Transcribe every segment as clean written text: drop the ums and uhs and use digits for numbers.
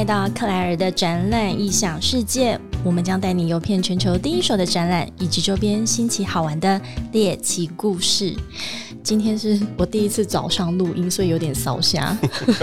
到克莱尔的展览异想世界，我们将带你游遍全球第一手的展览以及周边新奇好玩的猎奇故事。今天是我第一次早上录音，所以有点烧瞎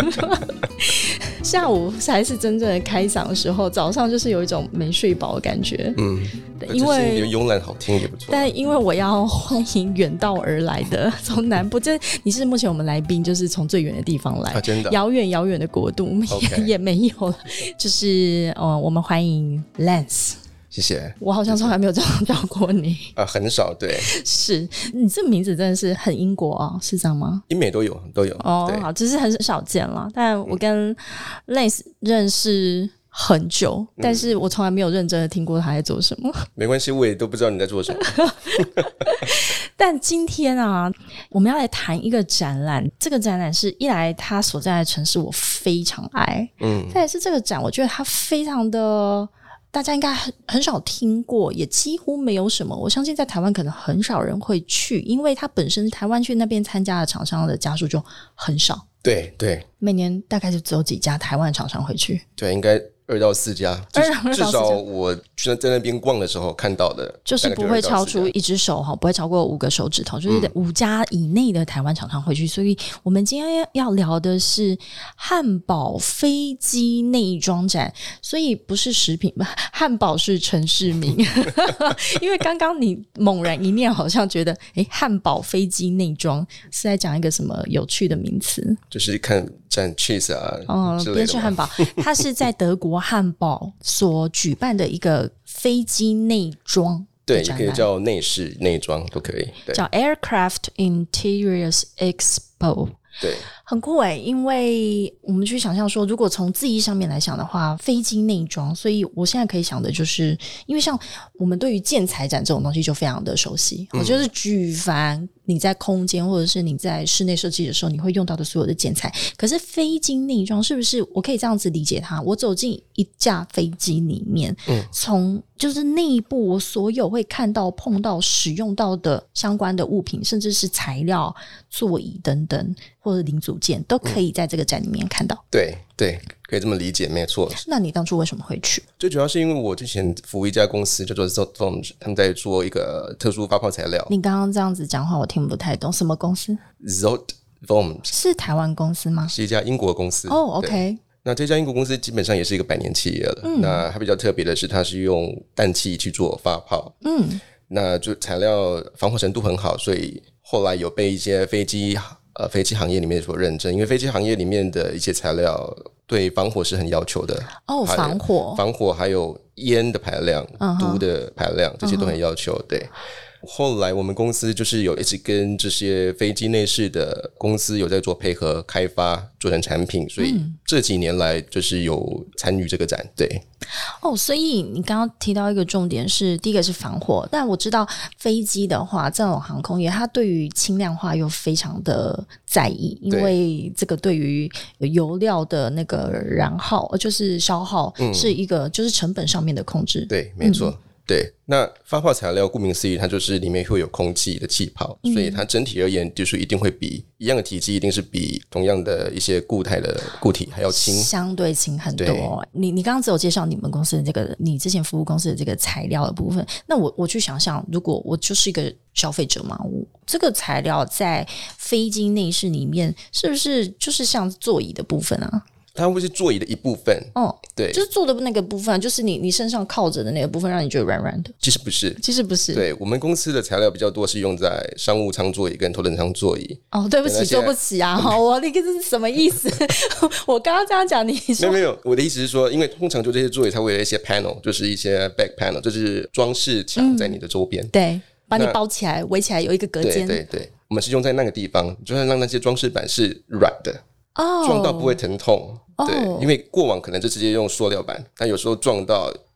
下午才是真正的开嗓的时候，早上就是有一种没睡饱的感觉。 因为慵懒好听也不错。 但因为我要欢迎远道而来的从南部，这你是目前我们来宾就是从最远的地方来， 真的遥远遥远的国度也没有了，就是我们欢迎 Lance。 谢谢， 我好像从来没有这样叫过你很少，对， 是你这名字真的是很英国啊，是这样吗？ 英美都有好，只是很少见了。但我跟 Lance 认识很久，但是我从来没有认真的听过他在做什么。 没关系，我也都不知道你在做什么但今天啊，我们要来谈一个展览。这个展览是一来他所在的城市我非常爱，再来是这个展我觉得它非常的大家应该很少听过，也几乎没有什么，我相信在台湾可能很少人会去，因为它本身台湾去那边参加的厂商的家数就很少。 对， 每年大概就只有几家台湾厂商会去。 对，应该2到4家，至少我在那边逛的时候看到的就是不会超出一只手，不会超过5个手指头，就是5家以内的台湾厂商会去。所以我们今天要聊的是汉堡飞机内装展，所以不是食品吧？汉堡是陈世明因为刚刚你猛然一念好像觉得汉堡飞机内装是在讲一个什么有趣的名词， 就是看蘸 cheese 之类的边吃汉堡它是在德国汉堡所举办的一个飞机内装， 对，也可以叫内饰内装都可以，对， 叫 Aircraft Interiors Expo。 对， 很酷因为我们去想象说，如果从字义上面来想的话，飞机内装，所以我现在可以想的就是，因为像我们对于建材展这种东西就非常的熟悉，我就是举凡你在空间或者是你在室内设计的时候你会用到的所有的建材。可是飞机内装是不是我可以这样子理解它，我走进一架飞机里面，从就是内部我所有会看到碰到使用到的相关的物品，甚至是材料座椅等等或者零组件都可以在这个展里面看到。 对，可以这么理解，没错。 那你当初为什么会去？ 最主要是因为我之前服务一家公司叫做 Zotefoams， 他们在做一个特殊发泡材料。 你刚刚这样子讲话我听不太懂，什么公司？ Zotefoams 是台湾公司吗？ 是一家英国公司。 OK。 那这家英国公司基本上也是一个100年企业了。那它比较特别的是它是用氮气去做发泡。那就材料防火程度很好，所以后来有被一些飞机行业里面所认证，因为飞机行业里面的一些材料对防火是很要求的。防火还有烟的排量、毒的排量，这些都很要求。对，后来我们公司就是有一直跟这些飞机内饰的公司有在做配合开发，做成产品，所以这几年来就是有参与这个展。对， 所以你刚刚提到一个重点是，第一个是防火，但我知道飞机的话，这种航空业它对于轻量化又非常的在意，因为这个对于油料的那个燃耗就是消耗是一个就是成本上面的控制。 对，没错。对，那发泡材料顾名思义它就是里面会有空气的气泡，所以它整体而言就是一定会比一样的体积一定是比同样的一些固态的固体还要轻，相对轻很多。你刚刚只有介绍你们公司的这个你之前服务公司的这个材料的部分，那我去想象，如果我就是一个消费者嘛，这个材料在飞机内饰里面是不是就是像座椅的部分啊？ 它会是座椅的一部分。对， 就是坐的那个部分，就是你身上靠着的那个部分让你觉得软软的。 其实不是。对，我们公司的材料比较多是用在商务舱座椅跟头等舱座椅。 对不起，对不起啊，我那个是什么意思我刚刚这样讲你说没有，我的意思是说，因为通常就这些座椅它会有一些 panel， 就是一些 back panel， 就是装饰墙在你的周边， 对，把你包起来围起来有一个隔间。 对，我们是用在那个地方，就是让那些装饰板是软的，撞到不会疼痛。对，因为过往可能就直接用塑料板，但有时候撞到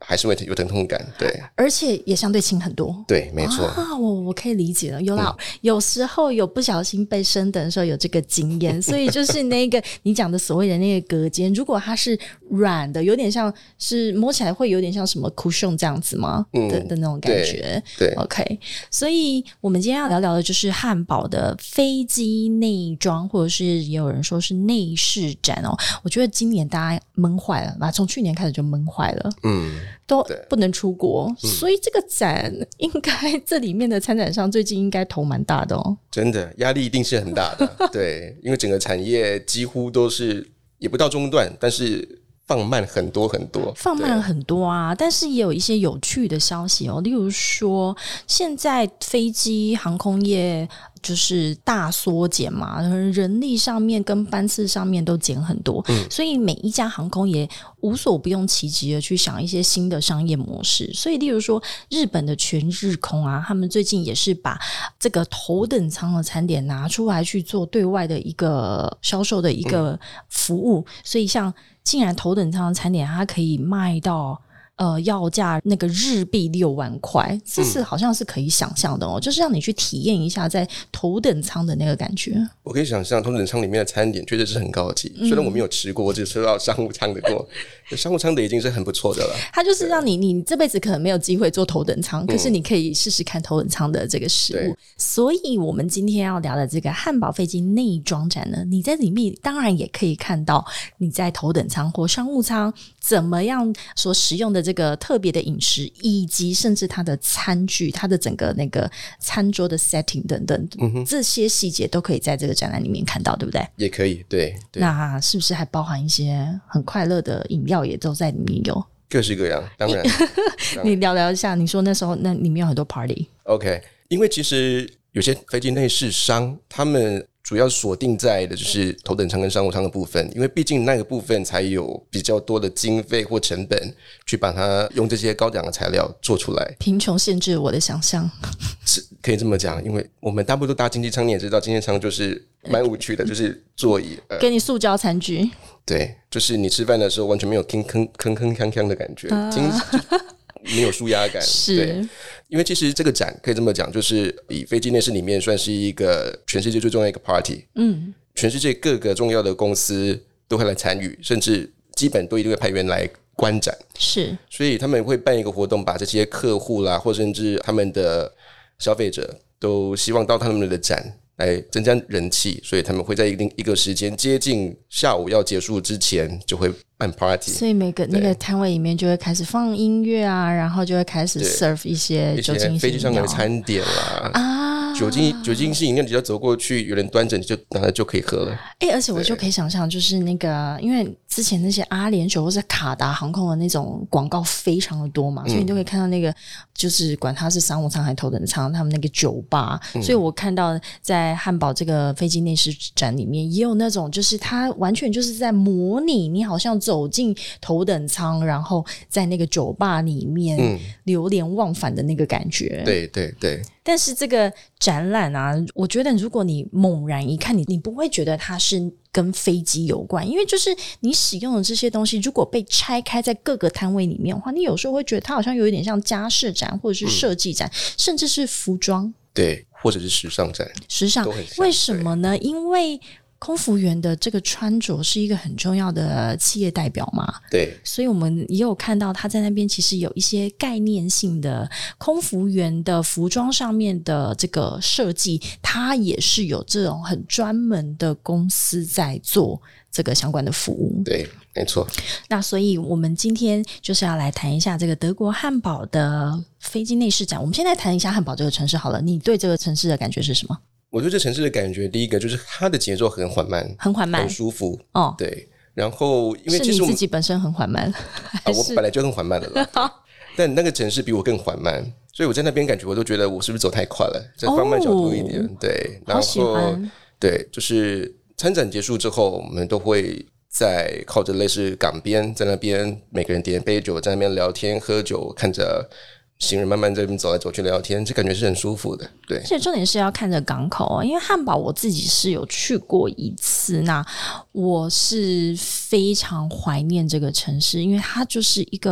还是会有疼痛感，对， 而且也相对轻很多。 对，没错。 我可以理解了。有啦，有时候有不小心被升等的时候有这个经验，所以就是那个你讲的所谓的那个隔间，如果它是软的，有点像是摸起来会有点像什么 cushion 这样子吗？的那种感觉。 对 ，OK。所以我们今天要聊聊的就是汉堡的飞机内装，或者是也有人说是内饰展哦。我觉得今年大家闷坏了吧，从去年开始就闷坏了。都不能出国，所以这个展应该这里面的参展商最近应该头蛮大的哦。 真的压力一定是很大的，对，因为整个产业几乎都是也不到中断，但是放慢很多很多， 放慢很多啊。但是也有一些有趣的消息哦，例如说现在飞机航空业就是大缩减嘛，人力上面跟班次上面都减很多，所以每一家航空也无所不用其极的去想一些新的商业模式。所以例如说日本的全日空啊，他们最近也是把这个头等舱的餐点拿出来去做对外的一个销售的一个服务，所以像竟然头等舱的餐点它可以卖到要价那个日币6万块，这是好像是可以想象的哦，就是让你去体验一下在头等舱的那个感觉。 我可以想象头等舱里面的餐点确实是很高级，虽然我没有吃过，我只吃到商务舱的过，商务舱的已经是很不错的了。它就是让你这辈子可能没有机会坐头等舱，可是你可以试试看头等舱的这个食物。所以我们今天要聊的这个汉堡飞机内装展呢，你在里面当然也可以看到你在头等舱或商务舱怎么样所使用的这个特别的饮食，以及甚至它的餐具，它的整个那个餐桌的 setting 等等，这些细节都可以在这个展览里面看到，对不对？ 也可以，对。 那是不是还包含一些很快乐的饮料也都在里面有？ 各式各样，当然。 你聊聊一下，你说那时候那里面有很多 party。OK， 因为其实有些飞机内饰商他们主要锁定在的就是头等舱跟商务舱的部分，因为毕竟那个部分才有比较多的经费或成本去把它用这些高档的材料做出来。 贫穷限制了我的想象， 是可以这么讲，因为我们大部分都搭经济舱，你也知道经济舱就是蛮无趣的，就是座椅给你塑胶餐具， 对，就是你吃饭的时候完全没有铿锵的感觉，没有舒压感。 是， 因为其实这个展可以这么讲，就是以飞机内饰里面算是一个全世界最重要的一个 party。全世界各个重要的公司都会来参与，甚至基本都一定会派员来观展。 是， 所以他们会办一个活动，把这些客户啦，或甚至他们的消费者都希望到他们的展来增加人气，所以他们会在一个时间接近下午要结束之前就会办 party， 所以每个那个摊位里面就会开始放音乐啊，然后就会开始 serve 一些酒精性饮料， 飞机上的餐点啦酒精性饮料，你只要走过去，有人端着你就拿了就可以喝了。 而且我就可以想象，就是那个，因为之前那些阿联酋或是卡达航空的那种广告非常的多嘛，所以你都可以看到那个，就是管它是商务舱还是头等舱，他们那个酒吧。所以我看到在汉堡这个飞机内饰展里面，也有那种就是它完全就是在模拟你好像走进头等舱，然后在那个酒吧里面流连忘返的那个感觉。 对。 但是这个展览啊，我觉得如果你猛然一看，你不会觉得它是跟飞机有关，因为就是你使用的这些东西如果被拆开在各个摊位里面的话，你有时候会觉得它好像有一点像家饰展或者是设计展，甚至是服装， 对，或者是时尚展。 时尚为什么呢？因为空服员的这个穿着是一个很重要的企业代表嘛， 对， 所以我们也有看到他在那边其实有一些概念性的空服员的服装上面的这个设计，他也是有这种很专门的公司在做这个相关的服务。 对，没错。 那所以我们今天就是要来谈一下这个德国汉堡的飞机内饰展。我们现在谈一下汉堡这个城市好了，你对这个城市的感觉是什么？我对这城市的感觉，第一个就是它的节奏很缓慢，很舒服。对。然后，因为其实是你自己本身很缓慢， 我本来就很缓慢的了，但那个城市比我更缓慢，所以我在那边感觉我都觉得我是不是走太快了，再放慢脚步一点。对，然后对，就是参展结束之后，我们都会在靠着类似港边，在那边每个人点杯酒，在那边聊天喝酒，看着行人慢慢在那边走来走去聊天，这感觉是很舒服的。对， 而且重点是要看着港口因为汉堡我自己是有去过一次，那我是非常怀念这个城市，因为它就是一个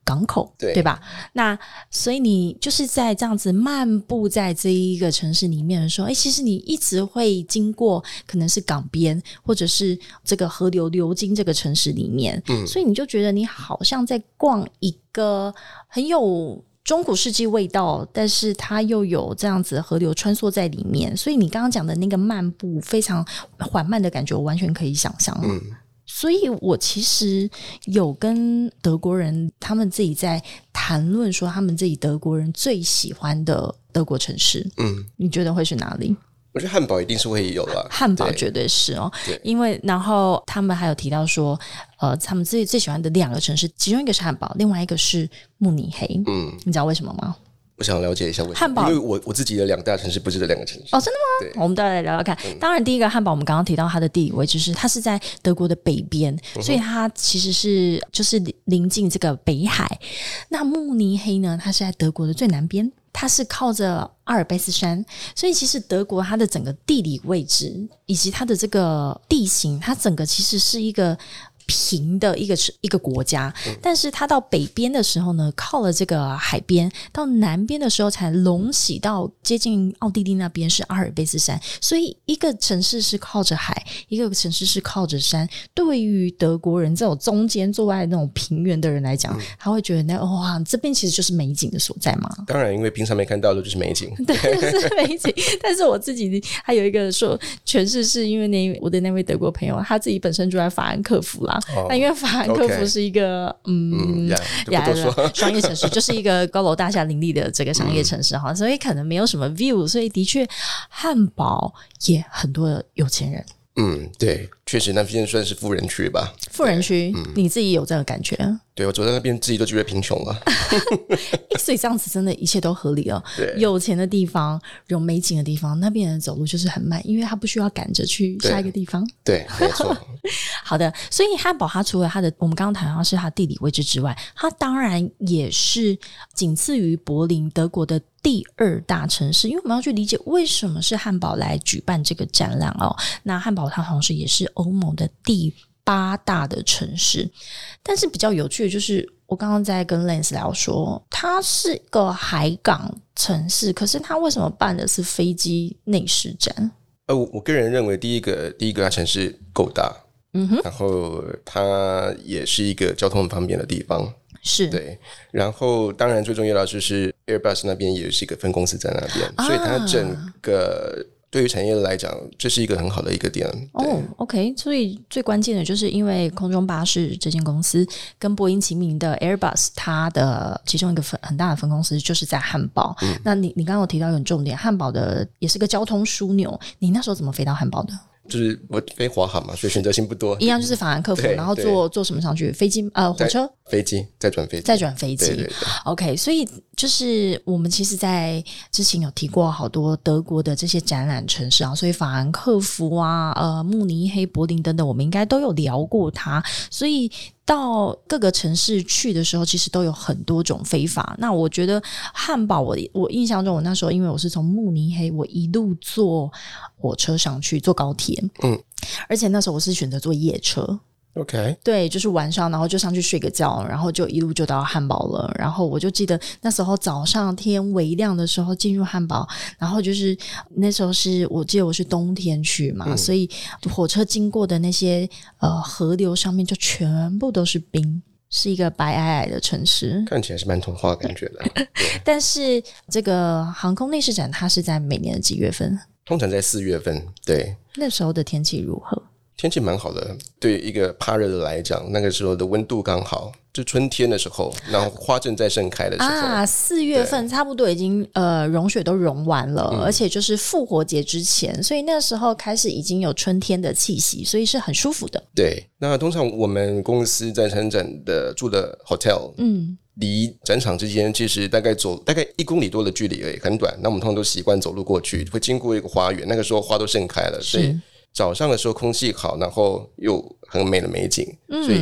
港口， 对吧？那所以你就是在这样子漫步在这一个城市里面的时候，其实你一直会经过可能是港边或者是这个河流流经这个城市里面，所以你就觉得你好像在逛一个很有中古世纪味道，但是它又有这样子的河流穿梭在里面，所以你刚刚讲的那个漫步非常缓慢的感觉我完全可以想象。所以我其实有跟德国人他们自己在谈论说他们自己德国人最喜欢的德国城市，你觉得会是哪里？ 我觉得汉堡一定是会有啦， 汉堡绝对是哦，因为然后他们还有提到说他们自己最喜欢的2个城市，其中一个是汉堡，另外一个是慕尼黑。你知道为什么吗？ 我想了解一下为什么， 汉堡， 因为我自己的2大城市不是这2个城市。 哦，真的吗？我们待会来聊聊看。当然第一个汉堡我们刚刚提到它的地理位置是它是在德国的北边，所以它其实是就是临近这个北海。那慕尼黑呢，它是在德国的最南边，它是靠着阿尔卑斯山，所以其实德国它的整个地理位置以及它的这个地形，它整个其实是一个平的一个国家，但是它到北边的时候呢，靠了这个海边，到南边的时候才隆起到接近奥地利那边是阿尔卑斯山，所以一个城市是靠着海，一个城市是靠着山。对于德国人这种中间坐在那种平原的人来讲，他会觉得哇，这边其实就是美景的所在嘛。 当然，因为平常没看到的就是美景， 对，是美景。但是我自己还有一个说诠释，是因为我的那位德国朋友，他自己本身住在法兰克福啦。那因为法兰克福是一个商业城市，就是一个高楼大厦林立的这个商业城市哈，所以可能没有什么 view， 所以的确汉堡也很多有钱人。 对，确实那边算是富人区吧。 富人区，你自己有这个感觉？ 对，我走在那边自己都觉得贫穷了。 所以这样子真的一切都合理了。有钱的地方，有美景的地方，那边人走路就是很慢，因为他不需要赶着去下一个地方。 对，没错。 好的，所以汉堡它除了它的我们刚刚谈到是它的地理位置之外，它当然也是仅次于柏林德国的第2大城市，因为我们要去理解为什么是汉堡来举办这个展览哦。那汉堡它同时也是欧盟的第8大的城市，但是比较有趣的就是我刚刚在跟 Lance 聊说，它是个海港城市，可是它为什么办的是飞机内饰展？ 我个人认为第一个它城市够大，然后它也是一个交通很方便的地方。是，对，然后当然最重要的就是 Airbus 那边也是一个分公司在那边，所以它整个对于产业来讲，这是一个很好的一个点。 OK， 所以最关键的就是因为空中巴士这间公司跟波音齐名的 Airbus， 它的其中一个很大的分公司就是在汉堡。那你刚刚有提到一个重点，汉堡的也是个交通枢纽，你那时候怎么飞到汉堡的？ 就是我飞华航嘛，所以选择性不多， 一样就是法兰克福，然后坐什么上去？飞机火车？ 飞机再转飞机， 再转飞机。 对 OK， 所以就是我们其实在之前有提过好多德国的这些展览城市啊，所以法兰克福啊、慕尼黑、柏林等等，我们应该都有聊过它。所以到各个城市去的时候，其实都有很多种飞法。那我觉得汉堡，我印象中，我那时候因为我是从慕尼黑，我一路坐火车上去，坐高铁，而且那时候我是选择坐夜车。 OK， 对，就是晚上，然后就上去睡个觉，然后就一路就到汉堡了。然后我就记得那时候早上天微亮的时候进入汉堡，然后就是那时候我记得我是冬天去嘛，所以火车经过的那些河流上面就全部都是冰，是一个白皑皑的城市， 看起来是蛮童话的感觉的。 但是这个航空内饰展它是在每年的几月份？ 通常在4月份。对， 那时候的天气如何？ 天气蛮好的，对一个怕热的来讲，那个时候的温度刚好，就春天的时候，然后花正在盛开的时候 4月份差不多已经融雪都融完了，而且就是复活节之前，所以那时候开始已经有春天的气息，所以是很舒服的。 对，那通常我们公司在参展的住的 hotel，离展场之间其实大概1公里多的距离而已，很短。那我们通常都习惯走路过去，会经过一个花园，那个时候花都盛开了，所以早上的时候空气好，然后又很美的美景，所以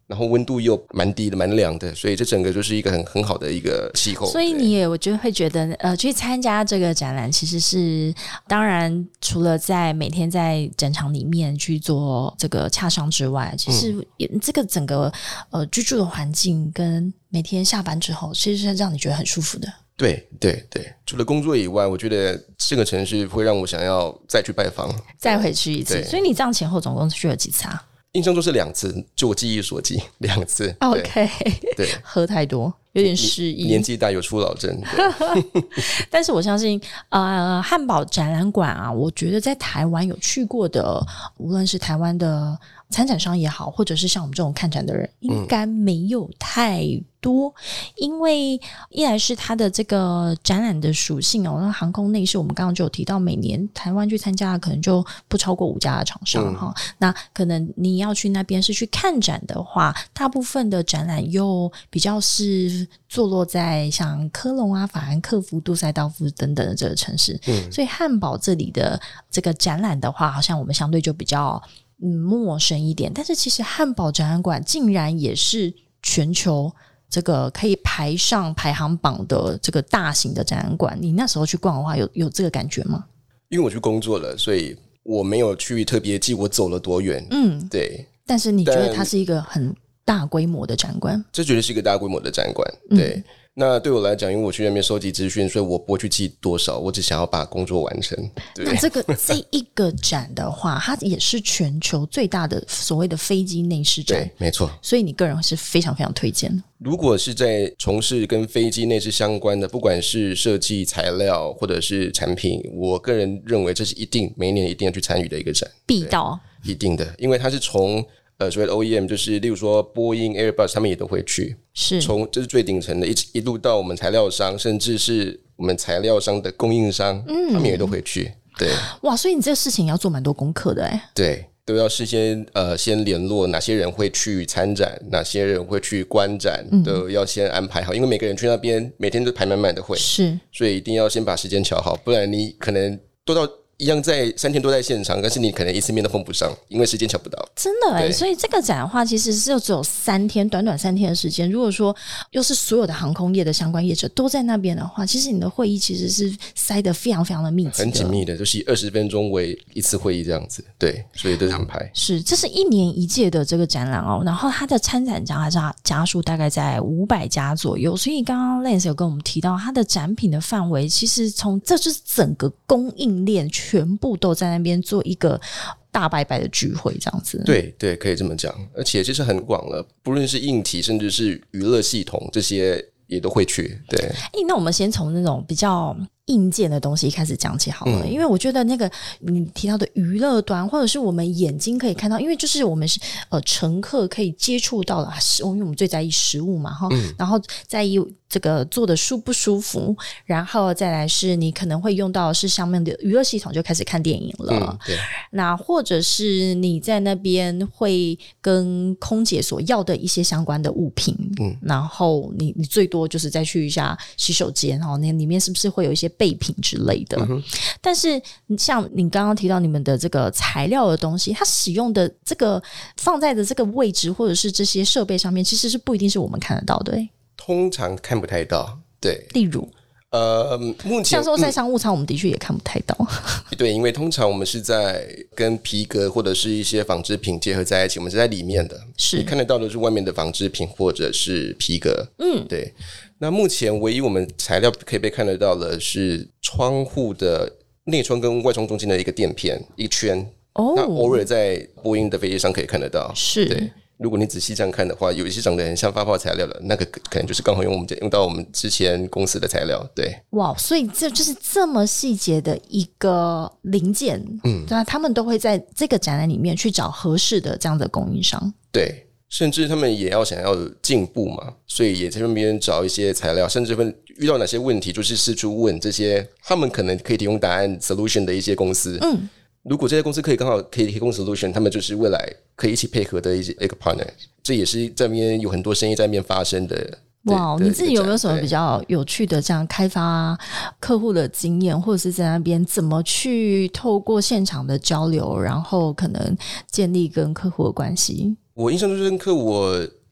然后温度又蛮低的蛮凉的，所以这整个就是一个很好的一个气候。 所以你也我就会觉得去参加这个展览其实是当然除了在每天在展场里面去做这个洽商之外，其实这个整个居住的环境跟每天下班之后其实是让你觉得很舒服的。 对对对，除了工作以外，我觉得这个城市会让我想要再去拜访， 再回去一次。所以你这样前后总共去了几次啊？ 印象中是2次，就我记忆所及2次。 OK， 对， 喝太多有点失忆， 年纪大有初老症。 但是我相信汉堡展览馆啊，我觉得在台湾有去过的，无论是台湾的参展商也好，或者是像我们这种看展的人，应该没有太多，因为一来是它的这个展览的属性那航空内饰我们刚刚就有提到，每年台湾去参加的可能就不超过5家的厂商那可能你要去那边是去看展的话，大部分的展览又比较是坐落在像科隆啊、法兰克福、杜塞道夫等等的这个城市，所以汉堡这里的这个展览的话，好像我们相对就比较陌生一点。但是其实汉堡展览馆竟然也是全球这个可以排上排行榜的这个大型的展览馆，你那时候去逛的话有这个感觉吗？ 因为我去工作了，所以我没有去特别记我走了多远。对。 但是你觉得它是一个很大规模的展馆？ 这绝对是一个大规模的展馆。对。那对我来讲，因为我去那边收集资讯，所以我不会去记多少，我只想要把工作完成。对， 那这一个展的话，它也是全球最大的所谓的飞机内饰展。 对，没错。 所以你个人是非常非常推荐的。 如果是在从事跟飞机内饰相关的，不管是设计材料或者是产品，我个人认为这是每一年一定要去参与的一个展， 必到， 一定的，因为它是从所谓的 OEM， 就是例如说波音、Airbus 他们也都会去， 是从这是最顶层的一路到我们材料商，甚至是我们材料商的供应商，他们也都会去。对， 哇，所以你这个事情要做蛮多功课的对，都要事先先联络哪些人会去参展，哪些人会去观展，都要先安排好，因为每个人去那边每天都排满满的会， 是， 所以一定要先把时间调好，不然你可能多到一样在3天都在现场，但是你可能一次面都碰不上，因为时间抢不到。 真的所以这个展的话其实是只有3天，短短3天的时间，如果说又是所有的航空业的相关业者都在那边的话，其实你的会议其实是塞得非常非常的密集的， 很紧密的，就是以20分钟为一次会议这样子。对，所以都是安排。 是，这是1年1届的这个展览然后它的参展家数大概在500家左右，所以刚刚 Lance 有跟我们提到它的展品的范围其实这就是整个供应链全部都在那边做一个大拜拜的聚会这样子。 对对，可以这么讲，而且其实很广了，不论是硬体甚至是娱乐系统这些也都会去。对， 那我们先从那种比较硬件的东西开始讲起好了，因为我觉得那个你提到的娱乐端，或者是我们眼睛可以看到，因为就是我们是乘客可以接触到的因为我们最在意食物嘛然后在意这个做的舒不舒服，然后再来是你可能会用到的是上面的娱乐系统，就开始看电影了。 对， 那或者是你在那边会跟空姐所要的一些相关的物品，然后你最多就是再去一下洗手间那里面是不是会有一些备品之类的。但是像你刚刚提到你们的这个材料的东西，它使用的这个放在的这个位置或者是这些设备上面，其实是不一定是我们看得到的通常看不太到。对， 例如目前像说在商务舱我们的确也看不太到对，因为通常我们是在跟皮革或者是一些纺织品结合在一起，我们是在里面的， 是你看得到的是外面的纺织品或者是皮革。对。那目前唯一我们材料可以被看得到的是窗户的内窗跟外窗中间的一个垫片，一圈那偶尔在波音的飞机上可以看得到。 是， 对，如果你仔细这样看的话，有一些长得很像发泡材料的，那个可能就是刚好用到我们之前公司的材料。对， 哇，所以这就是这么细节的一个零件，那他们都会在这个展览里面去找合适的这样的供应商。 对，甚至他们也想要进步嘛，所以也在那边找一些材料，甚至会遇到哪些问题，就是四处问这些他们可能可以提供答案 solution 的一些公司。如果这些公司刚好可以提供 solution， 他们就是未来可以一起配合的一个 partner， 这也是在那边有很多生意在那边发生的。 哇，你自己有没有什么比较有趣的这样开发客户的经验，或者是在那边怎么去透过现场的交流，然后可能建立跟客户的关系？ 我印象最深刻，我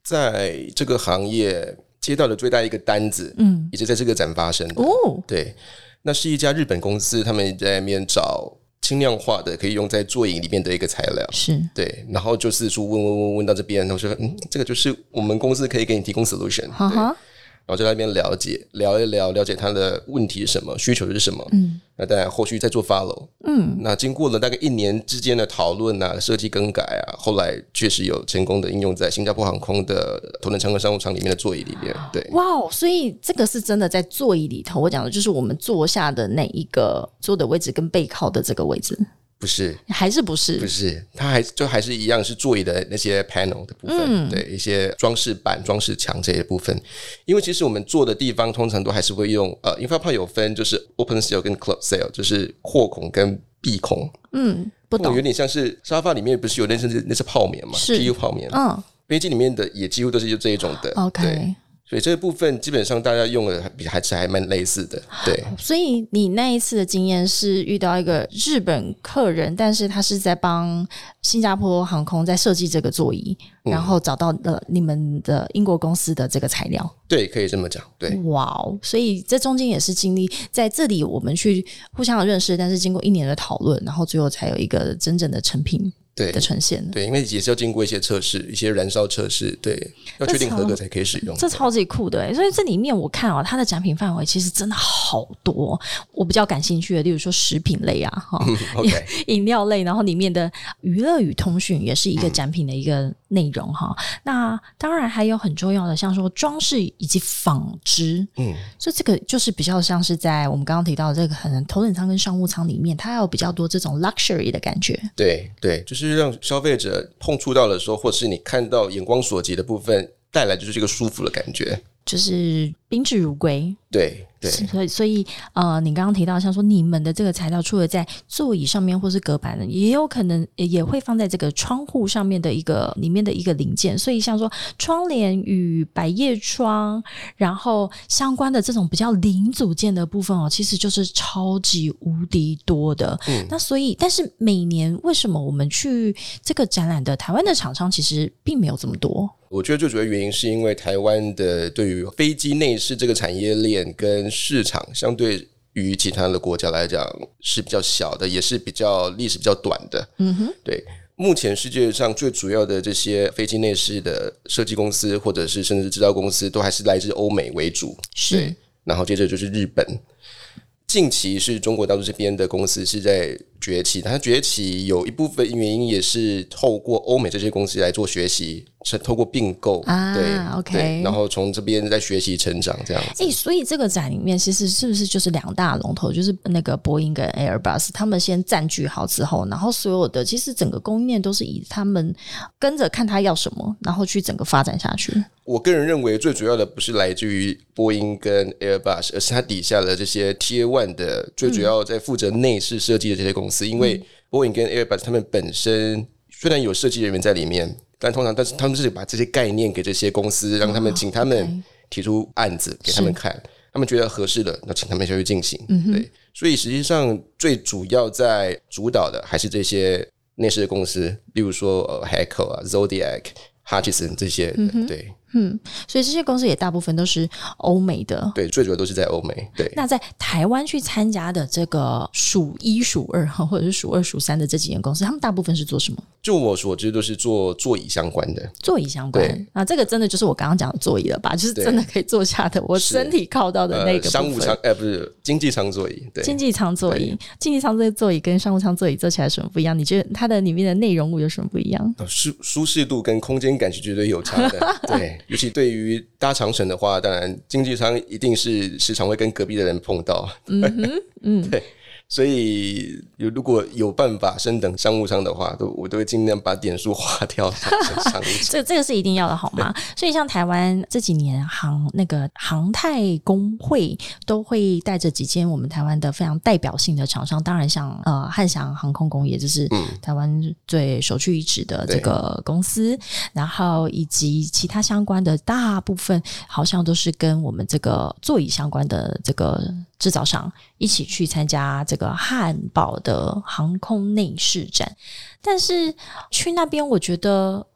在这个行业接到的最大一个单子，也是在这个展发生的。对，那是一家日本公司，他们在那边找轻量化的可以用在座椅里面的一个材料， 是对， 然后就四处问到这边，然后说这个就是我们公司可以给你提供 solution， 对。然后就在那边了解他的问题是什么，需求是什么，那当然后续再做 follow，那经过了大概1年之间的讨论啊、设计更改啊，后来确实有成功的应用在新加坡航空的头等舱跟商务舱里面的座椅里面，对， 哇，所以这个是真的在座椅里头，我讲的就是我们坐下的那一个坐的位置跟背靠的这个位置。 不是， 还是不是？ 不是，它还是一样是座椅的那些 panel 的部分，对，一些装饰板、装饰墙这些部分。因为其实我们坐的地方通常都还是会用因为它有分就是 open sail 跟 close sail， 就是阔孔跟闭孔。 不懂， 有点像是沙发里面不是有那是泡棉嘛，是 PU 泡棉。飞机里面的也几乎都是这一种的。 OK。 对，所以这个部分基本上大家用的还蛮类似的，对。 所以你那一次的经验是遇到一个日本客人，但是他是在帮新加坡航空在设计这个座椅，然后找到了你们的英国公司的这个材料。 对，可以这么讲，对。 哇哦！所以这中间也是经历在这里我们去互相的认识，但是经过1年的讨论，然后最后才有一个真正的成品。对的呈现， 对，因为也是要经过一些测试，一些燃烧测试，对，要确定合格才可以使用。 这超级酷的，所以这里面我看它的展品范围其实真的好多。我比较感兴趣的，例如说食品类啊，饮料类，然后里面的娱乐与通讯也是一个展品的一个内容哈。那当然还有很重要的，像说装饰以及纺织，所以这个就是比较像是在我们刚刚提到的这个可能头等舱跟商务舱里面，它有比较多这种 luxury 的感觉。 对对，就是让消费者碰触到的时候，或是你看到眼光所及的部分，带来就是这个舒服的感觉， 就是宾至如归。 对对， 所以你刚刚提到像说你们的这个材料，除了在座椅上面或是隔板的，也有可能也会放在这个窗户上面的一个里面的一个零件。所以像说窗帘与百叶窗，然后相关的这种比较零组件的部分其实就是超级无敌多的。那所以但是每年为什么我们去这个展览的台湾的厂商其实并没有这么多？ 我觉得最主要原因是因为台湾的对于飞机内饰这个产业链跟市场相对于其他的国家来讲是比较小的，也是比较历史比较短的。对，目前世界上最主要的这些飞机内饰的设计公司或者是甚至制造公司都还是来自欧美为主，对，然后接着就是日本。近期是中国大陆这边的公司是在崛起，它崛起有一部分原因也是透过欧美这些公司来做学习，是透过并购对 OK， 对，然后从这边再学习成长这样子。 所以这个展里面其实是不是就是2大龙头，就是那个波音跟 Airbus 他们先占据好之后，然后所有的其实整个供应链都是以他们跟着看他要什么，然后去整个发展下去。 我个人认为最主要的不是来自于波音跟 Airbus， 而是它底下的这些 Tier 1的最主要在负责内饰设计的这些公司，因为波音跟 Airbus 他们本身虽然有设计人员在里面，但是他们是把这些概念给这些公司，让他们请他们提出案子给他们看，他们觉得合适的，那请他们就去进行。对，所以实际上最主要在主导的还是这些内饰的公司，例如说Heco 啊、Zodiac、Hutchison 这些，对。 所以这些公司也大部分都是欧美的， 对，最主要都是在欧美。对， 那在台湾去参加的这个数1数2或者是数2数3的这几间公司，他们大部分是做什么？就我所知都是做座椅相关的。 座椅相关，那这个真的就是我刚刚讲的座椅了吧？就是真的可以坐下的，我身体靠到的那个部分。 商务舱不是经济舱座椅，对， 经济舱座椅，经济舱座椅跟商务舱座椅坐起来有什么不一样？你觉得它的里面的内容物有什么不一样？ 舒适度跟空间感是绝对有差的，对。尤其对于搭长程的话，当然经济舱一定是时常会跟隔壁的人碰到。对，所以如果有办法升等商务舱的话，我都会尽量把点数划掉商务舱。 这个是一定要的，好吗？所以像台湾这几年航太工会都会带着几间我们台湾的非常代表性的厂商，当然像汉翔航空工业，就是台湾最首屈一指的这个公司，然后以及其他相关的大部分好像都是跟我们这个座椅相关的这个制造商一起去参加这个汉堡的航空内饰展。但是去那边我觉得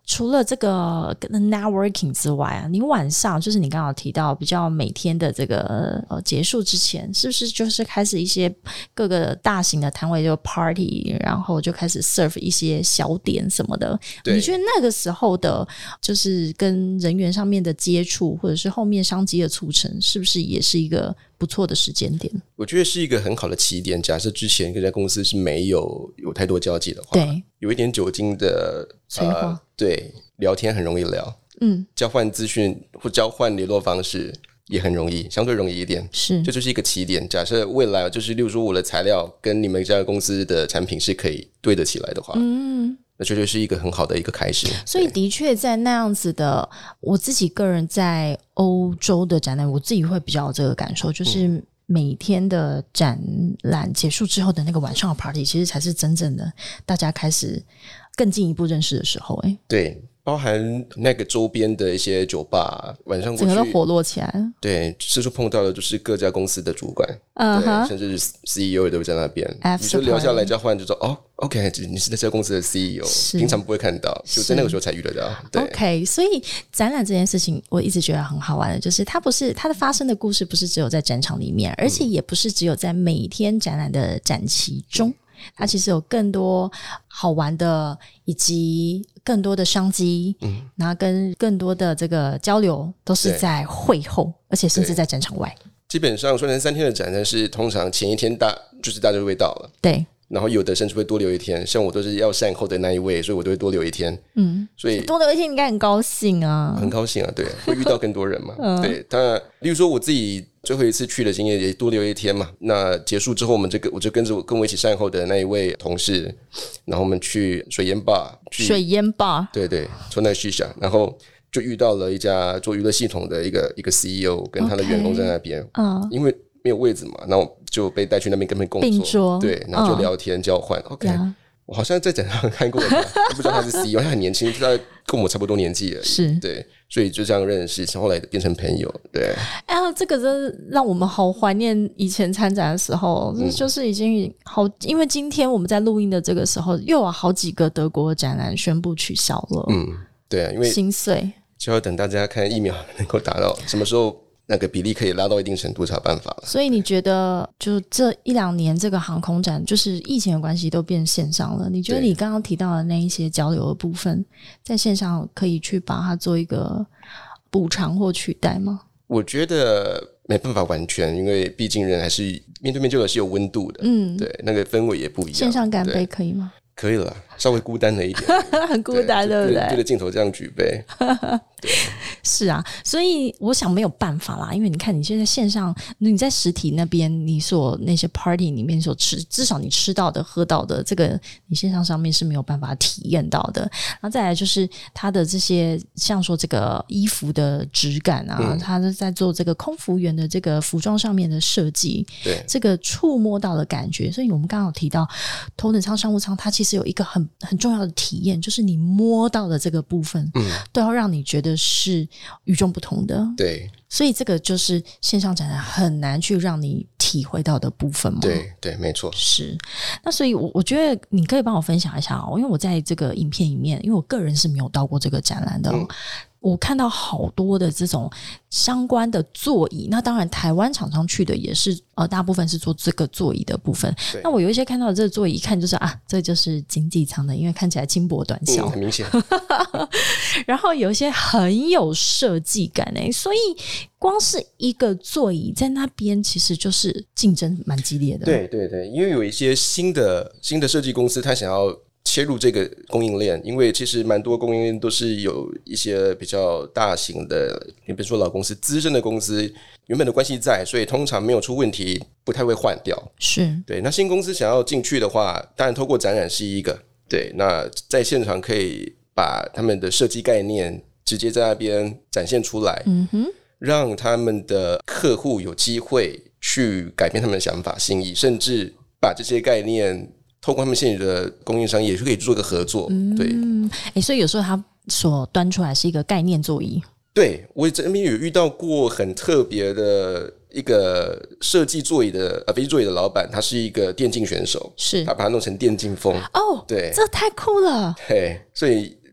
除了这个 networking 之外啊，你晚上就是你刚刚提到比较每天的这个结束之前，是不是就是开始一些各个大型的摊位就 party， 然后就开始 serve 一些小点什么的？你觉得那个时候的就是跟人员上面的接触，或者是后面商机的促成，是不是也是一个不错的时间点？ 我觉得是一个很好的起点。假设之前跟这家公司是没有太多交集的话， 对， 有一点酒精的催化， 对，聊天很容易聊，交换资讯或交换联络方式也很容易，相对容易一点， 是， 这就是一个起点。假设未来就是例如说我的材料跟你们这家公司的产品是可以对得起来的话，那绝对是一个很好的一个开始。 所以的确在那样子的，我自己个人在欧洲的展览，我自己会比较有这个感受，就是每天的展览结束之后的那个晚上的 party， 其实才是真正的大家开始更进一步认识的时候。 对，包含那个周边的一些酒吧，晚上过去整个都活络起来了。 对，四处碰到的就是各家公司的主管，对，甚至是 CEO 也都在那边。你就聊下来交换，就说哦 ，OK， 你是这家公司的 CEO， 平常不会看到，就在那个时候才遇得到。对 OK， 所以展览这件事情，我一直觉得很好玩的，就是它的发生的故事，不是只有在展场里面，而且也不是只有在每天展览的展期中。它其实有更多好玩的，以及更多的商机，然后跟更多的这个交流都是在会后，而且甚至在展场外。 基本上说成3天的展，但是通常前一天大家就会到了， 对。 然后有的甚至会多留一天，像我都是要善后的那一位，所以我都会多留一天。所以多留一天应该很高兴啊， 很高兴啊，对，会遇到更多人嘛。对，当然，例如说我自己最后一次去的经验也多留一天嘛。那结束之后，我就跟我一起善后的那一位同事，然后我们去水烟吧，对对，抽那个shisha，然后就遇到了一家做娱乐系统的一个 CEO 跟他的员工在那边，因为没有位置嘛，然后就被带去那边跟他们共并桌， 对，然后就聊天交换。OK，我好像在展上看过他，不知道他是 CEO， 他很年轻，大概跟我差不多年纪而已， 是， 对，所以就这样认识，后来变成朋友。对， 这个真让我们好怀念以前参展的时候，就是已经好，因为今天我们在录音的这个时候，又有好几个德国展览宣布取消了。 对啊，因为心碎， 就要等大家看疫苗能够达到什么时候。那个比例可以拉到一定程度才有办法了。 所以你觉得就这1-2年这个航空展就是疫情的关系都变线上了，你觉得你刚刚提到的那一些交流的部分在线上可以去把它做一个补偿或取代吗？ 我觉得没办法完全，因为毕竟人还是面对面交流是有温度的，对，那个氛围也不一样。 线上干杯可以吗？ 可以了，稍微孤单了一点很孤单，对不对？ 对着镜头这样举杯是啊，所以我想没有办法啦，因为你看你现在线上，你在实体那边你所那些 party 里面所吃，至少你吃到的喝到的这个你线上面是没有办法体验到的。然后再来就是它的这些像说这个衣服的质感啊，它是在做这个空服员的这个服装上面的设计， 对这个触摸到的感觉。所以我们刚刚有提到头等舱商务舱它其实有一个很重要的体验，就是你摸到的这个部分都要让你觉得是与众不同的。 对， 所以这个就是线上展览很难去让你体会到的部分嘛。 对对，没错。 是，那所以我觉得你可以帮我分享一下因为我在这个影片里面，因为我个人是没有到过这个展览的我看到好多的这种相关的座椅，那当然台湾厂商去的也是大部分是做这个座椅的部分。那我有一些看到的这个座椅一看就是这就是经济舱的，因为看起来轻薄短小， 很明显然后有一些很有设计感所以光是一个座椅在那边其实就是竞争蛮激烈的。 对对对，因为有一些新的设计公司他想要切入这个供应链，因为其实蛮多供应链都是有一些比较大型的，你比如说老公司、资深的公司，原本的关系在，所以通常没有出问题，不太会换掉。 是， 对。那新公司想要进去的话，当然透过展览是一个，对。那在现场可以把他们的设计概念直接在那边展现出来，让他们的客户有机会去改变他们的想法、心意，甚至把这些概念透过他们现有的供应商也是可以做个合作。对， 所以有时候他所端出来是一个概念座椅。 对，我这边有遇到过很特别的一个设计座椅的飞机座椅的老板，他是一个电竞选手， 是他把它弄成电竞风。 对，这太酷了。 对，所以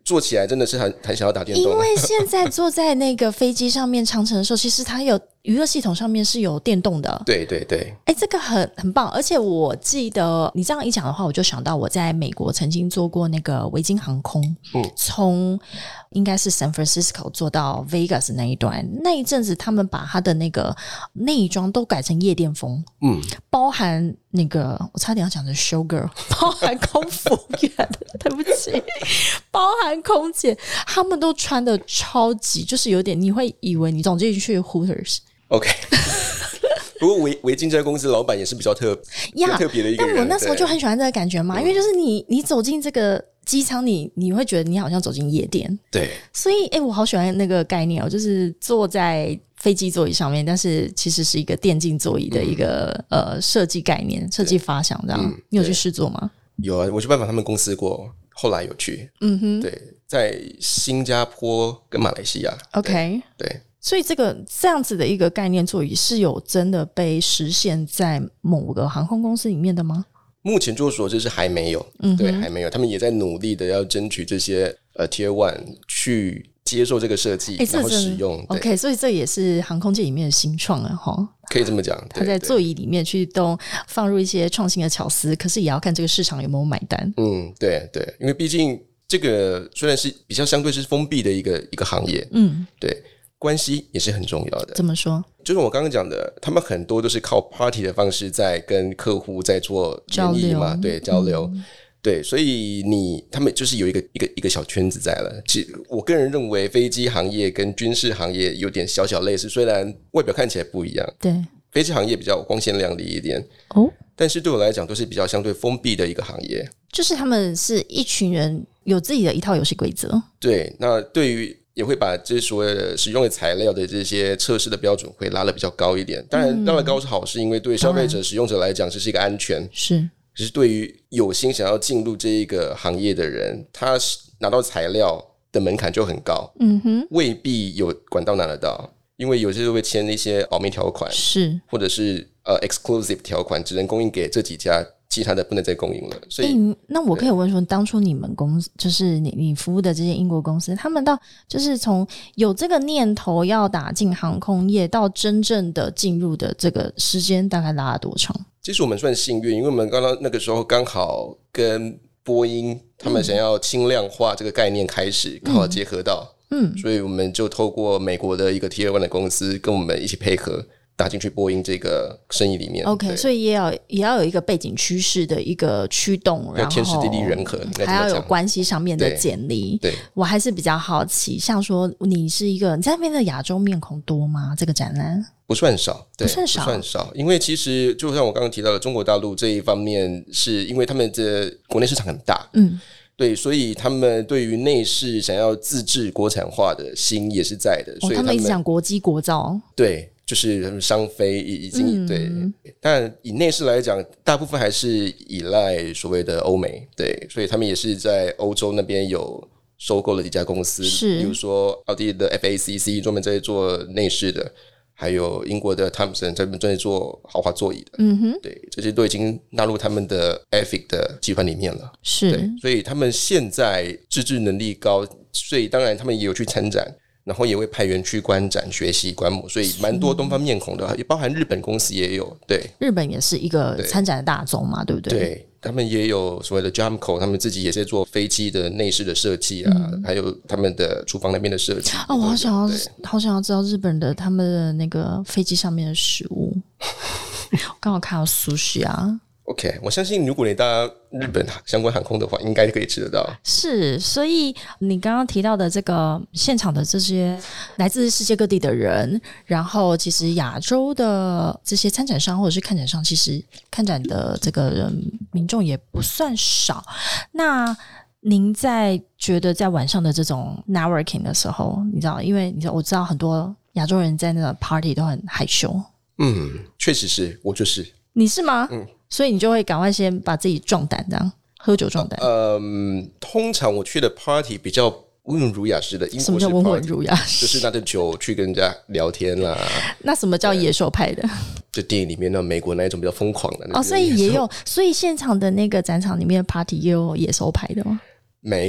坐起来真的是很想要打电动。 因为现在坐在那个飞机上面长程的时候，其实它有娱乐系统上面是有电动的。 对对对， 这个很棒。而且我记得你这样一讲的话，我就想到我在美国曾经坐过那个维京航空，从应该是 San Francisco 坐到 Vegas 那一段，那一阵子他们把他的那个内装都改成夜店风，包含那个我差点要讲的 showgirl， 包含空服员对不起，包含空姐，他们都穿的超级，就是有点你会以为你走进去 Hooters。OK， 不过维京这家公司老板也是比较特别的一个人， 但我那时候就很喜欢这个感觉嘛，因为就是你走进这个机舱，你会觉得你好像走进夜店。 对， 所以我好喜欢那个概念就是坐在飞机座椅上面，但是其实是一个电竞座椅的一个设计概念、设计发想这样。你有去试坐吗？ 有啊，我去拜访他们公司过，后来有去。对，在新加坡跟马来西亚。 OK， 对。 所以这样子的一个概念座椅是有真的被实现在某个航空公司里面的吗？ 目前据我所知是还没有，对，还没有。他们也在努力的要争取这些Tier 1去接受这个设计，然后使用。 OK， 所以这也是航空界里面的新创了齁。 可以这么讲， 他在座椅里面去都放入一些创新的巧思，可是也要看这个市场有没有买单。 对对，因为毕竟这个虽然是比较相对是封闭的一个行业，对。关系也是很重要的。 怎么说？ 就是我刚刚讲的，他们很多都是靠 party 的方式在跟客户在做联谊嘛，对，交流，对，所以他们就是有一个小圈子在了。其实我个人认为，飞机行业跟军事行业有点小类似，虽然外表看起来不一样， 对， 飞机行业比较光鲜亮丽一点，但是对我来讲都是比较相对封闭的一个行业。 就是他们是一群人有自己的一套游戏规则。 对，那对于也会把这所谓的使用的材料的这些测试的标准会拉得比较高一点。当然高是好事，因为对消费者使用者来讲这是一个安全。是，可是对于有心想要进入这一个行业的人，他拿到材料的门槛就很高，未必有管道拿得到，因为有些会签一些保密条款，是，或者是exclusive 条款，只能供应给这几家，其他的不能再供应了。所以， 那我可以问说，当初你们公司就是你服务的这些英国公司，他们到就是从有这个念头要打进航空业，到真正的进入的这个时间大概拉了多长？ 其实我们算幸运，因为我们刚刚那个时候刚好跟波音他们想要轻量化这个概念开始，刚好结合到，所以我们就透过美国的一个 Tier 1的公司跟我们一起配合，打进去波音这个生意里面。 OK， 所以也要有一个背景趋势的一个驱动，然后天时地利人和， 还要有关系上面的建立。对，我还是比较好奇，像说你在那边的亚洲面孔多吗？这个展览不算少，对， 不算少， 因为其实就像我刚刚提到的，中国大陆这一方面是因为他们的国内市场很大，对，所以他们对于内饰想要自制国产化的心也是在的，所以他们一直讲国机国造， 对，就是商飞已经对，但以内饰来讲，大部分还是依赖所谓的欧美，对，所以他们也是在欧洲那边有收购了几家公司，比如说奥地利的 FACC 专门在做内饰的，还有英国的 Thomson 专门在做豪华座椅的，对，这些都已经纳入他们的 EFIC 的集团里面了，是，所以他们现在自制能力高，所以当然他们也有去参展，然后也会派员去观展学习观摩，所以蛮多东方面孔的，也包含日本公司也有，对， 日本也是一个参展的大宗嘛，对不对？ 对，他们也有所谓的 Jamco， 他们自己也在做飞机的内饰的设计啊，还有他们的厨房那边的设计。 我好想要知道日本的他们的那个飞机上面的食物。我刚好看到 sushi 啊。 OK， 我相信如果你搭日本相关航空的话，应该可以吃得到。 是，所以你刚刚提到的这个现场的这些来自世界各地的人，然后其实亚洲的这些参展商或者是看展商，其实看展的这个民众也不算少。那您在觉得在晚上的这种 networking 的时候，你知道，因为我知道很多亚洲人在那个 party 都很害羞。 确实是，我就是。 你是吗？所以你就会赶快先把自己壮胆，这样喝酒壮胆。 通常我去的 party 比较温文儒雅式的，英国式 party， 什么叫温文儒雅式？就是拿着酒去跟人家聊天啦。 那什么叫野兽派的？ 就电影里面那美国那一种比较疯狂的。 所以也有，所以现场的那个展场里面的 party 也有野兽派的吗？ 没有。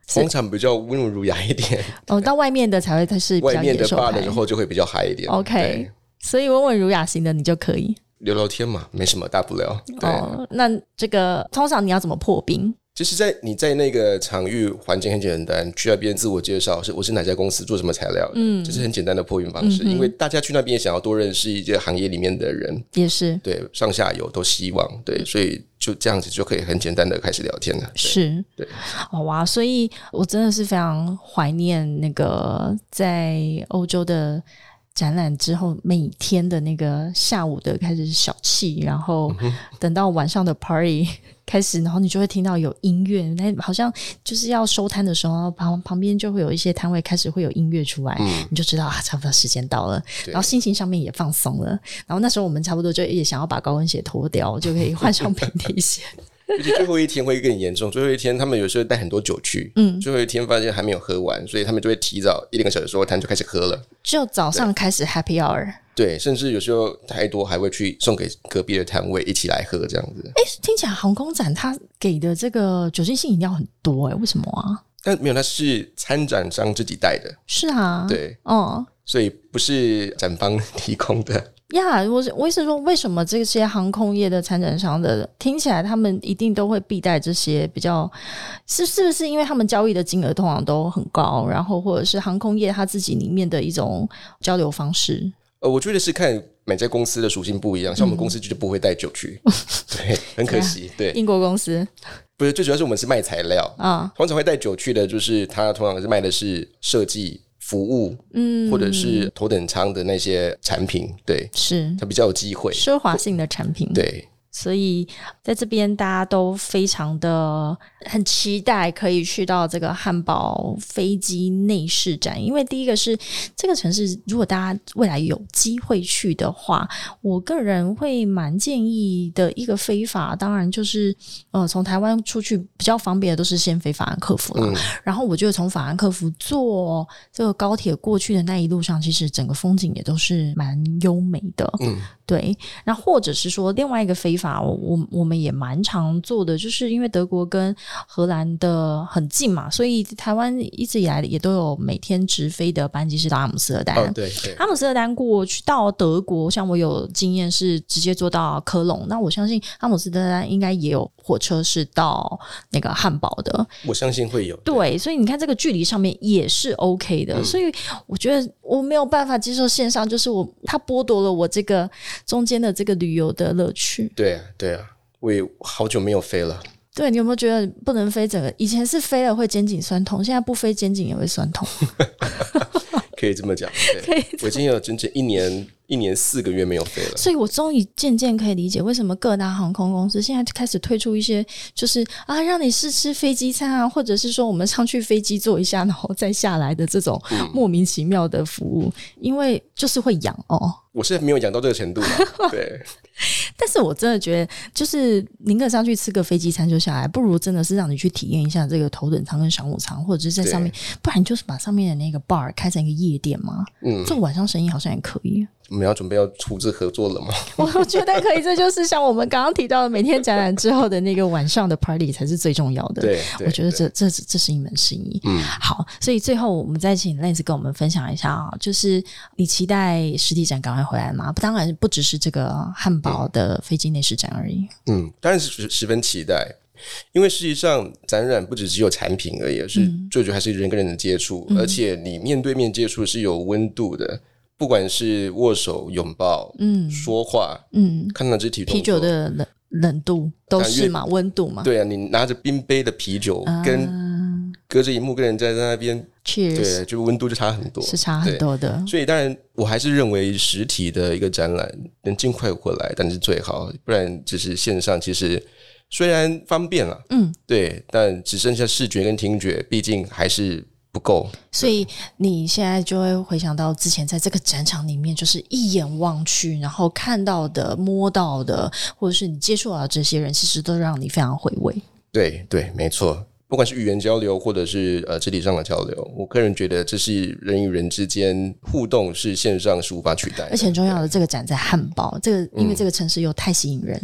通常比较温文儒雅一点。 到外面的才会是比较外面的野兽派 bar 的时候就会比较嗨一点。 OK， 所以温文儒雅型的你就可以聊聊天嘛，没什么大不了。对， 那这个通常你要怎么破冰？ 就是你在那个场域环境很简单，去那边自我介绍，我是哪家公司做什么材料的，这是很简单的破冰方式。因为大家去那边也想要多认识一些行业里面的人， 也是对上下游都希望对，所以就这样子就可以很简单的开始聊天了。 是，对，哇，所以我真的是非常怀念那个在欧洲的展览之后每天的那个下午的开始小憩，然后等到晚上的 party 开始，然后你就会听到有音乐，那好像就是要收摊的时候，旁边就会有一些摊位开始会有音乐出来，你就知道差不多时间到了，然后心情上面也放松了，然后那时候我们差不多就也想要把高跟鞋脱掉，就可以换上平底鞋。 而且最后一天会更严重，最后一天他们有时候带很多酒去，最后一天发现还没有喝完，所以他们就会提早1-2个小时收摊就开始喝了， 就早上开始 happy hour。 对，甚至有时候太多还会去送给隔壁的摊位一起来喝这样子。 听起来航空展它给的这个酒精性饮料很多为什么啊？ 但没有，那是参展商自己带的。 是啊， 对，所以不是展方提供的。 呀，我意思说，为什么这些航空业的参展商的听起来他们一定都会必带这些比较，是不是因为他们交易的金额通常都很高，然后或者是航空业它自己里面的一种交流方式？ 我觉得是看每家公司的属性不一样，像我们公司就不会带酒去，对，很可惜。对， 英国公司不是，最主要是我们是卖材料啊，通常会带酒去的，就是他通常是卖的是设计。服务，或者是头等舱的那些产品，对， 是它比较有机会， 奢华性的产品， 对。 所以在这边大家都非常的很期待可以去到这个汉堡飞机内饰展，因为第一个是这个城市如果大家未来有机会去的话，我个人会蛮建议的一个飞法，当然就是从台湾出去比较方便的都是先飞法兰克福啦，然后我觉得从法兰克福坐这个高铁过去的那一路上，其实整个风景也都是蛮优美的，对。那或者是说另外一个飞法我们也蛮常做的，就是因为德国跟荷兰的很近嘛，所以台湾一直以来也都有每天直飞的班机是到阿姆斯特丹。 对， 阿姆斯特丹过去到德国，像我有经验是直接坐到科隆，那我相信阿姆斯特丹应该也有火车是到那个汉堡的， 我相信会有。 对，所以你看这个距离上面也是 OK 的，所以我觉得我没有办法接受线上，就是它剥夺了我这个中间的这个旅游的乐趣。 对啊，我也好久没有飞了。 对，你有没有觉得不能飞整个？以前是飞了会肩颈酸痛，现在不飞肩颈也会酸痛。 可以这么讲，我已经有整整1年4个月没有飞了， 所以我终于渐渐可以理解为什么各大航空公司现在开始推出一些就是让你试吃飞机餐啊，或者是说我们上去飞机坐一下然后再下来的这种莫名其妙的服务，因为就是会痒我是没有养到这个程度啦对， 但是我真的觉得就是宁可上去吃个飞机餐就下来，不如真的是让你去体验一下这个头等舱跟商务舱，或者是在上面，不然就是把上面的那个 bar 开成一个夜店嘛，这晚上生意好像也可以。 我们要准备要出资合作了吗？ 我觉得可以，这就是像我们刚刚提到的每天展览之后的那个晚上的 party 才是最重要的。 对， 我觉得这是一门生意。好，所以最后我们再请 Lance 跟我们分享一下就是你期待实体展赶快回来吗？当然不只是这个汉堡的飞机内饰展而已。 当然是十分期待。因为实际上展览不只有产品而已，是最主要还是人跟人的接触，而且你面对面接触是有温度的，不管是握手、拥抱、说话、看到肢体动作， 啤酒的冷度都是嘛，温度嘛。 对啊，你拿着冰杯的啤酒跟隔着荧幕跟人在那边 Cheers， 对，就温度就差很多， 是差很多的。 所以当然我还是认为实体的一个展览能尽快回来，但是最好，不然只是线上其实虽然方便了，对，但只剩下视觉跟听觉，毕竟还是不够。 所以你现在就会回想到之前在这个展场里面，就是一眼望去，然后看到的、摸到的，或者是你接触到的这些人，其实都让你非常回味。 对，没错。不管是语言交流或者是肢体上的交流，我个人觉得这是人与人之间互动是线上是无法取代的。 而且很重要的，这个展在汉堡，因为这个城市又太吸引人。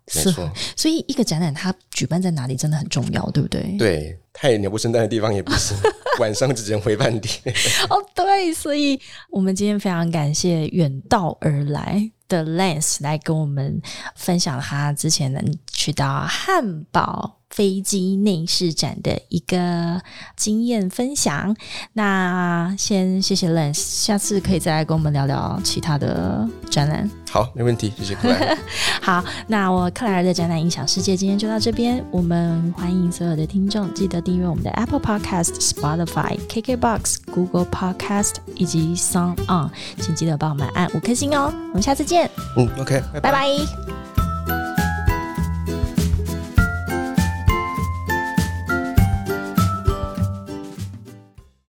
没错。 所以一个展览它举办在哪里真的很重要，对不对？ 对，太鸟不生蛋的地方也不行，晚上只能回饭店。 对，所以我们今天非常感谢远道而来的 Lance 来跟我们分享他之前能去到汉堡飞机内饰展的一个经验分享。那先谢谢 Lance， 下次可以再来跟我们聊聊其他的展览。 好，没问题，谢谢克莱尔。 好，那我克莱尔的展览影响世界今天就到这边。我们欢迎所有的听众记得订阅我们的 Apple Podcast、Spotify、KKBOX、Google Podcast 以及 Sound On， 请记得帮我们按5颗星哦。我们下次见。 OK， 拜拜。 拜拜。